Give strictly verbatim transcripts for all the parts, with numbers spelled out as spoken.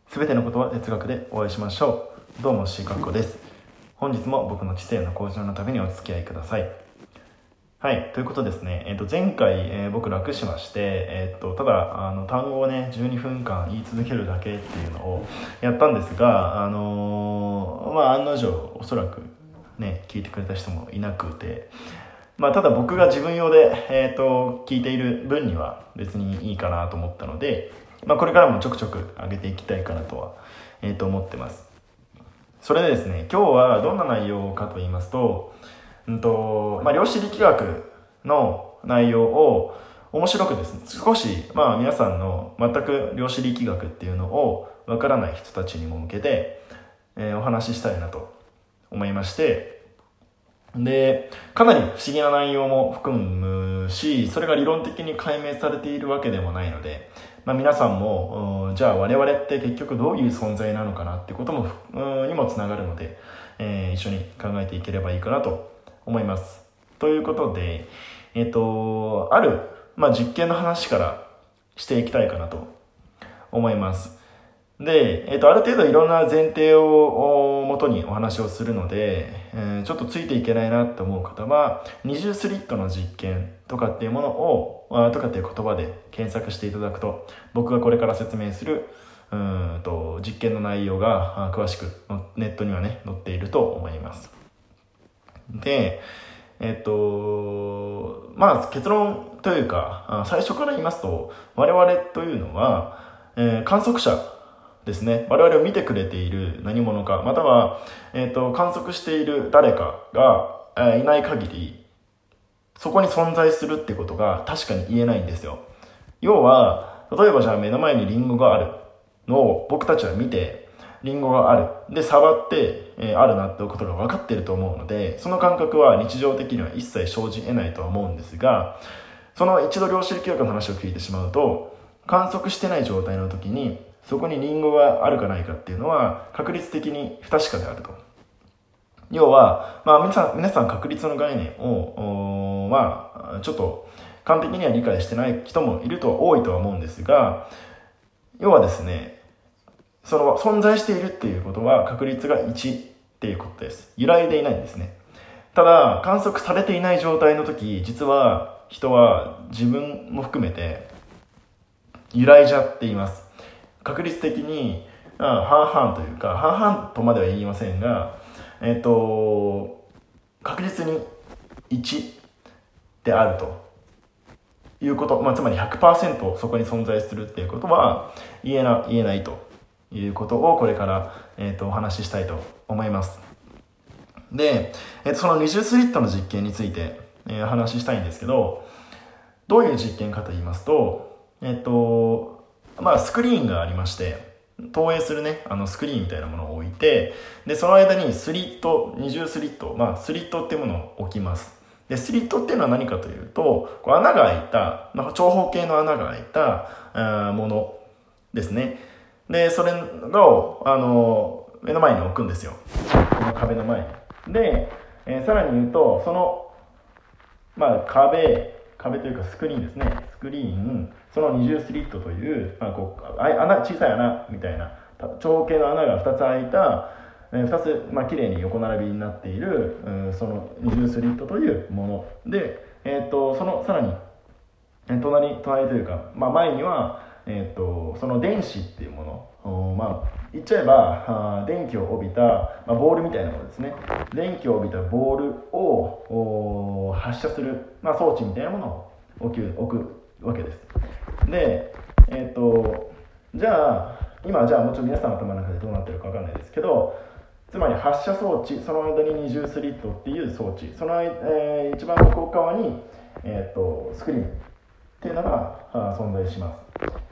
すべてのことは哲学でお会いしましょう。どうも C かっこです。本日も僕の知性の向上のためにお付き合いください。はい、ということですね、えー、と前回、えー、僕楽しまして、えー、とただあの単語をねじゅうにふんかん言い続けるだけっていうのをやったんですが、あのー、まあ案の定おそらくね聞いてくれた人もいなくて、まあ、ただ僕が自分用で、えー、と聞いている分には別にいいかなと思ったので、まあ、これからもちょくちょく上げていきたいかなとは、えー、と思ってます。それでですね、今日はどんな内容かと言いますと、うんとまあ、量子力学の内容を面白くですね、少し、まあ、皆さんの全く量子力学っていうのをわからない人たちにも向けて、えー、お話ししたいなと思いまして、でかなり不思議な内容も含むし、それが理論的に解明されているわけでもないので、まあ、皆さんもじゃあ我々って結局どういう存在なのかなってこともにもつながるので、えー、一緒に考えていければいいかなと思います。ということで、えっとある、まあ、実験の話からしていきたいかなと思います。で、えー、とある程度いろんな前提をもとにお話をするので、えー、ちょっとついていけないなと思う方は二重スリットの実験とかっていうものをあとかっていう言葉で検索していただくと、僕がこれから説明するうんと実験の内容が詳しくネットにはね載っていると思います。でえっとまあ結論というか最初から言いますと、我々というのは、えー、観測者ですね。我々を見てくれている何者か、または、えーと、観測している誰かが、えー、いない限り、そこに存在するってことが確かに言えないんですよ。要は、例えばじゃあ目の前にリンゴがあるのを僕たちは見て、リンゴがある。で、触って、えー、あるなってことが分かっていると思うので、その感覚は日常的には一切生じ得ないとは思うんですが、その一度量子力学の話を聞いてしまうと、観測してない状態の時に、そこにリンゴがあるかないかっていうのは確率的に不確かであると。要は、まあ、皆さん皆さん確率の概念をまあちょっと完璧には理解してない人もいると多いとは思うんですが、要はですね、その存在しているっていうことは確率がいちっていうことです。揺らいでいないんですね。ただ観測されていない状態の時、実は人は自分も含めて揺らいじゃっています。確率的に半々というか、半々とまでは言いませんが、えっと確実にいちであるということ、まあ、つまり ひゃくパーセント そこに存在するっていうことは言えな、言えないということをこれから、えっとお話ししたいと思います。で、えっとその二重スリットの実験について、えー、話ししたいんですけど、どういう実験かと言いますと、えっとまあスクリーンがありまして、投影するね、あのスクリーンみたいなものを置いて、でその間にスリット、二重スリット、まあスリットっていうものを置きます。でスリットっていうのは何かというと、こう穴が開いた、まあ、長方形の穴が開いたものですね。でそれがあの目の前に置くんですよ、この壁の前に。で、えー、さらに言うと、その、まあ、壁壁というかスクリーンですね、スクリーン、その二重スリットという、まあ、こう穴、小さい穴みたいな長方形の穴がふたつ開いた、ふたつ、まあ、綺麗に横並びになっている、うん、その二重スリットというもので、えー、とそのさらに隣隣というか、まあ、前には、えー、とその電子っていうもの、まあ言っちゃえば電気を帯びた、まあ、ボールみたいなものですね。電気を帯びたボールを発射する、まあ、装置みたいなものを置く、置くわけです。で、えっとじゃあ今じゃあもちろん皆さんの頭の中でどうなってるか分かんないですけど、つまり発射装置、その間に二重スリットっていう装置、その、えー、一番向こう側に、えっとスクリーンっていうのが存在します。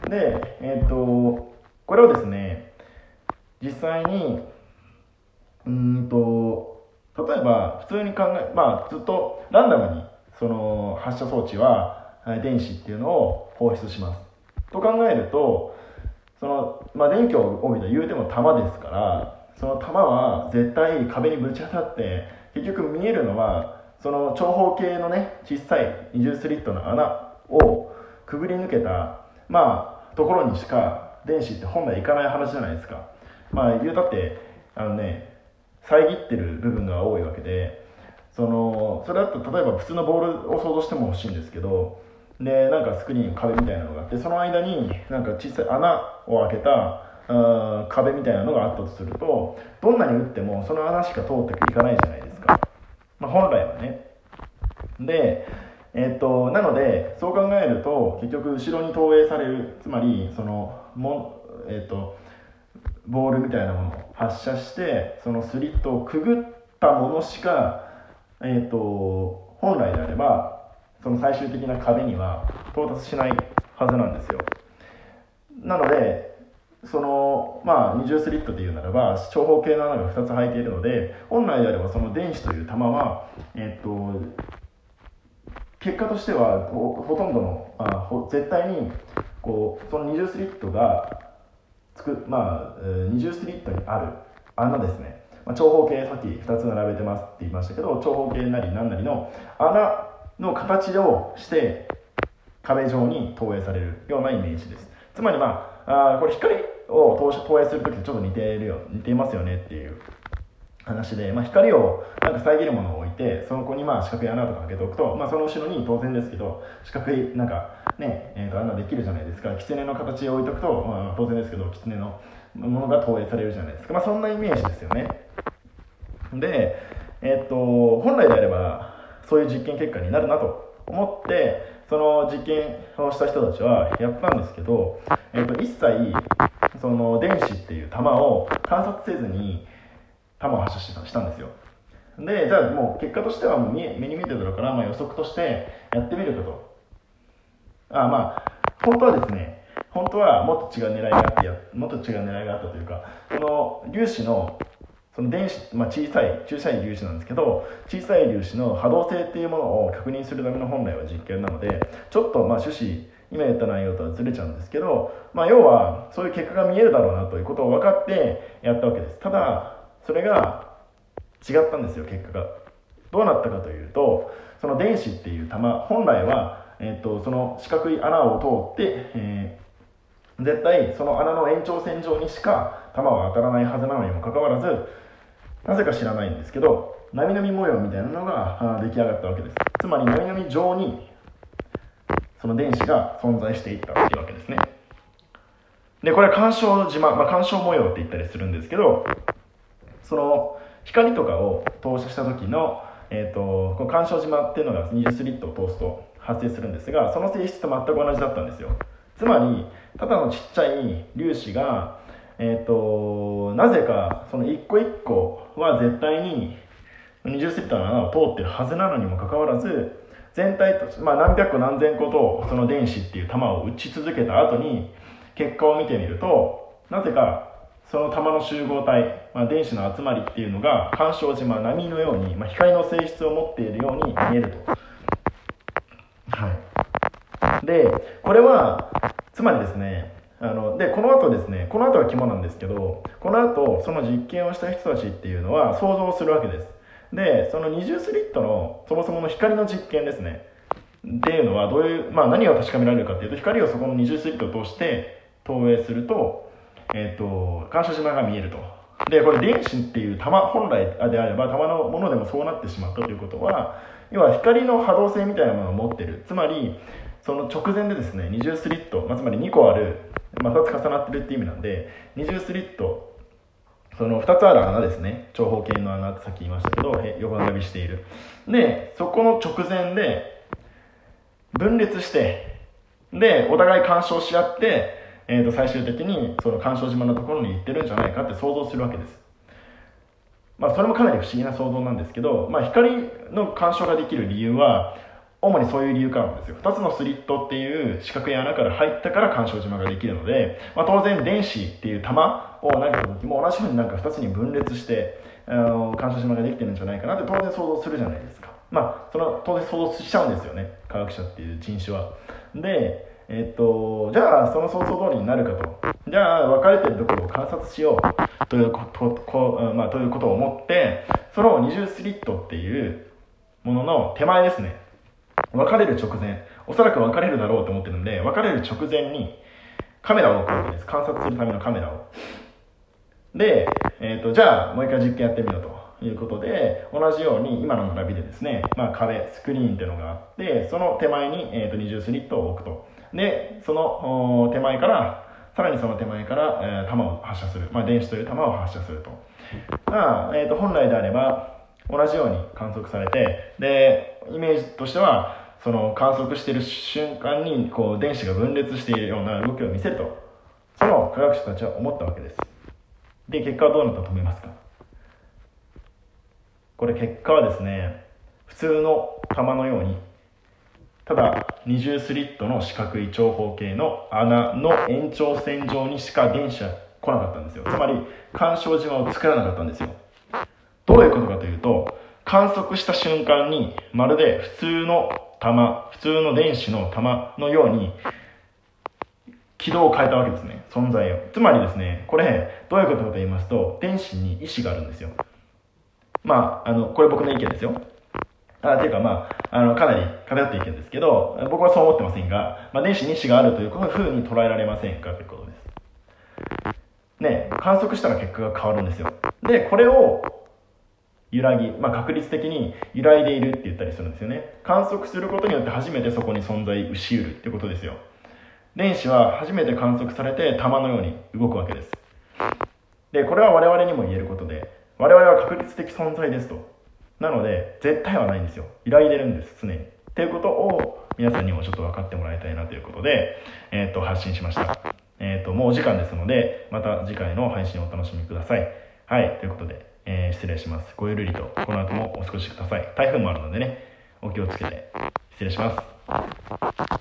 で、えっとこれをですね、実際にうんと例えば普通に考え、まあずっとランダムにその発射装置は電子っていうのを放出しますと考えると、その、まあ、電気を帯びた言うても弾ですから、その弾は絶対壁にぶち当たって、結局見えるのはその長方形のね小さい二重スリットの穴をくぐり抜けた、まあ、ところにしか電子って本来いかない話じゃないですか。まあ言うたってあのね遮ってる部分が多いわけで、そのそれだと例えば普通のボールを想像してもほしいんですけど、でなんかスクリーン壁みたいなのがあって、その間になんか小さい穴を開けたあ壁みたいなのがあったとすると、どんなに打ってもその穴しか通っていかないじゃないですか、まあ、本来はね。で、えー、となのでそう考えると結局後ろに投影される、つまりそのも、えー、とボールみたいなものを発射してそのスリットをくぐったものしか、えー、と本来であればその最終的な壁には到達しないはずなんですよ。なのでその、まあ、二重スリットでいうならば長方形の穴がふたつ開いているので、本来であればその電子という玉は、えー、と結果としては ほ, ほとんどのあほ絶対にこうその二重スリットがつく、まあ、二重スリットにある穴ですね、まあ、長方形さっきふたつ並べてますって言いましたけど、長方形なり何なりの穴の形をして壁上に投影されるようなイメージです。つまりまあ、あこれ光を投影するときとちょっと似てるよ似ていますよねっていう話で、まあ、光をなんか遮るものを置いてその子にまあ四角い穴とか開けておくと、まあ、その後ろに当然ですけど四角いなんかね、えー、と穴できるじゃないですか。狐の形を置いておくと、まあ、当然ですけど狐のものが投影されるじゃないですか。まあ、そんなイメージですよね。で、えー、と本来であればそういう実験結果になるなと思ってその実験をした人たちはやったんですけど、えー、と一切その電子っていう球を観察せずに球を発射したしたんですよ。でじゃあもう結果としてはもう目に見えてるだろうから、まあ、予測としてやってみるかと。あまあ本当はですね本当はもっと違う狙いがあってやもっと違う狙いがあったというか、その粒子のその電子、まあ、小さい小さい粒子なんですけど、小さい粒子の波動性っていうものを確認するための本来は実験なので、ちょっとまあ趣旨今言った内容とはずれちゃうんですけど、まあ、要はそういう結果が見えるだろうなということを分かってやったわけです。ただそれが違ったんですよ。結果がどうなったかというと、その電子っていう玉本来は、えー、とその四角い穴を通って、えー、絶対その穴の延長線上にしか玉は当たらないはずなのにもかかわらず、なぜか知らないんですけどなみなみ模様みたいなのが出来上がったわけです。つまりなみなみ状にその電子が存在していったっていうわけですね。でこれは干渉島、まあ、干渉模様って言ったりするんですけど、その光とかを投射した時の、えー、とこの干渉島っていうのがにじゅうスリットを通すと発生するんですが、その性質と全く同じだったんですよ。つまりただのちっちゃい粒子が、えー、となぜかその一個一個は絶対ににじゅうスリットの穴を通ってるはずなのにもかかわらず、全体と、まあ、何百個何千個とその電子っていう玉を打ち続けた後に結果を見てみると、なぜかその玉の集合体、まあ、電子の集まりっていうのが干渉島波のように、まあ、光の性質を持っているように見えると。はい、でこれはつまりですね、あのでこの後ですねこの後が肝なんですけど、この後その実験をした人たちっていうのは想像するわけです。でそのにじゅうスリットのそもそもの光の実験ですねっていうのはどういう、まあ、何を確かめられるかっていうと、光をそこのにじゅうスリットを通して投影すると、えー、と干渉島が見えると。でこれ電子っていう玉本来であれば玉のものでもそうなってしまったということは、要は光の波動性みたいなものを持ってる。つまりその直前でですねにじゅうスリット、まあ、つまりにこある、まあ、ふたつ重なってるっていう意味なんで、にじゅうスリットそのふたつある穴ですね、長方形の穴ってさっき言いましたけど横並びしている。でそこの直前で分裂してでお互い干渉し合って、えー、と最終的にその干渉島のところに行ってるんじゃないかって想像するわけです。まあそれもかなり不思議な想像なんですけど、まあ、光の干渉ができる理由は主にそういう理由からなんですよ。ふたつのスリットっていう四角い穴から入ったから干渉島ができるので、まあ、当然電子っていう玉を投げた時も同じようになんかふたつに分裂してあの干渉島ができてるんじゃないかなって当然想像するじゃないですか。まあその当然想像しちゃうんですよね、科学者っていう人種は。でえっとじゃあその想像通りになるかと、じゃあ分かれてるところを観察しようということこ、まあ、ということを思って、その二重スリットっていうものの手前ですね、別れる直前、おそらく別れるだろうと思ってるので、別れる直前にカメラを置くわけです。観察するためのカメラを。で、えーと、じゃあもう一回実験やってみようということで、同じように今の並びでですね、まあ、壁スクリーンっていうのがあって、その手前に、えーと、二重スリットを置くと。でその手前からさらにその手前から、えー、弾を発射する、まあ、電子という弾を発射すると。まあえーと、本来であれば同じように観測されて、でイメージとしてはその観測している瞬間にこう電子が分裂しているような動きを見せると、その科学者たちは思ったわけです。で結果はどうなったと思いますか？これ結果はですね、普通の弾のようにただ二重スリットの四角い長方形の穴の延長線上にしか電子は来なかったんですよ。つまり干渉島を作らなかったんですよ。どういうことかというと、観測した瞬間にまるで普通の玉普通の電子の玉のように軌道を変えたわけですね、存在を。つまりですね、これどういうことかと言いますと、電子に意志があるんですよ。まああのこれ僕の意見ですよ。あていうかまあ、あのかなり偏った意見ですけど、僕はそう思ってませんが、まあ、電子に意志があるというふうに捉えられませんかということです。ね、観測したら結果が変わるんですよ。でこれを揺らぎ、まあ、確率的に揺らいでいるって言ったりするんですよね。観測することによって初めてそこに存在しうるっていうことですよ。電子は初めて観測されて玉のように動くわけです。でこれは我々にも言えることで、我々は確率的存在ですと。なので絶対はないんですよ。揺らいでるんです、常に。っていうことを皆さんにもちょっと分かってもらいたいなということで、えー、と発信しました。えー、ともうお時間ですので、また次回の配信をお楽しみください。はい、ということで、えー、失礼します。ごゆるりとこの後もお過ごしください。台風もあるのでね、お気をつけて失礼します。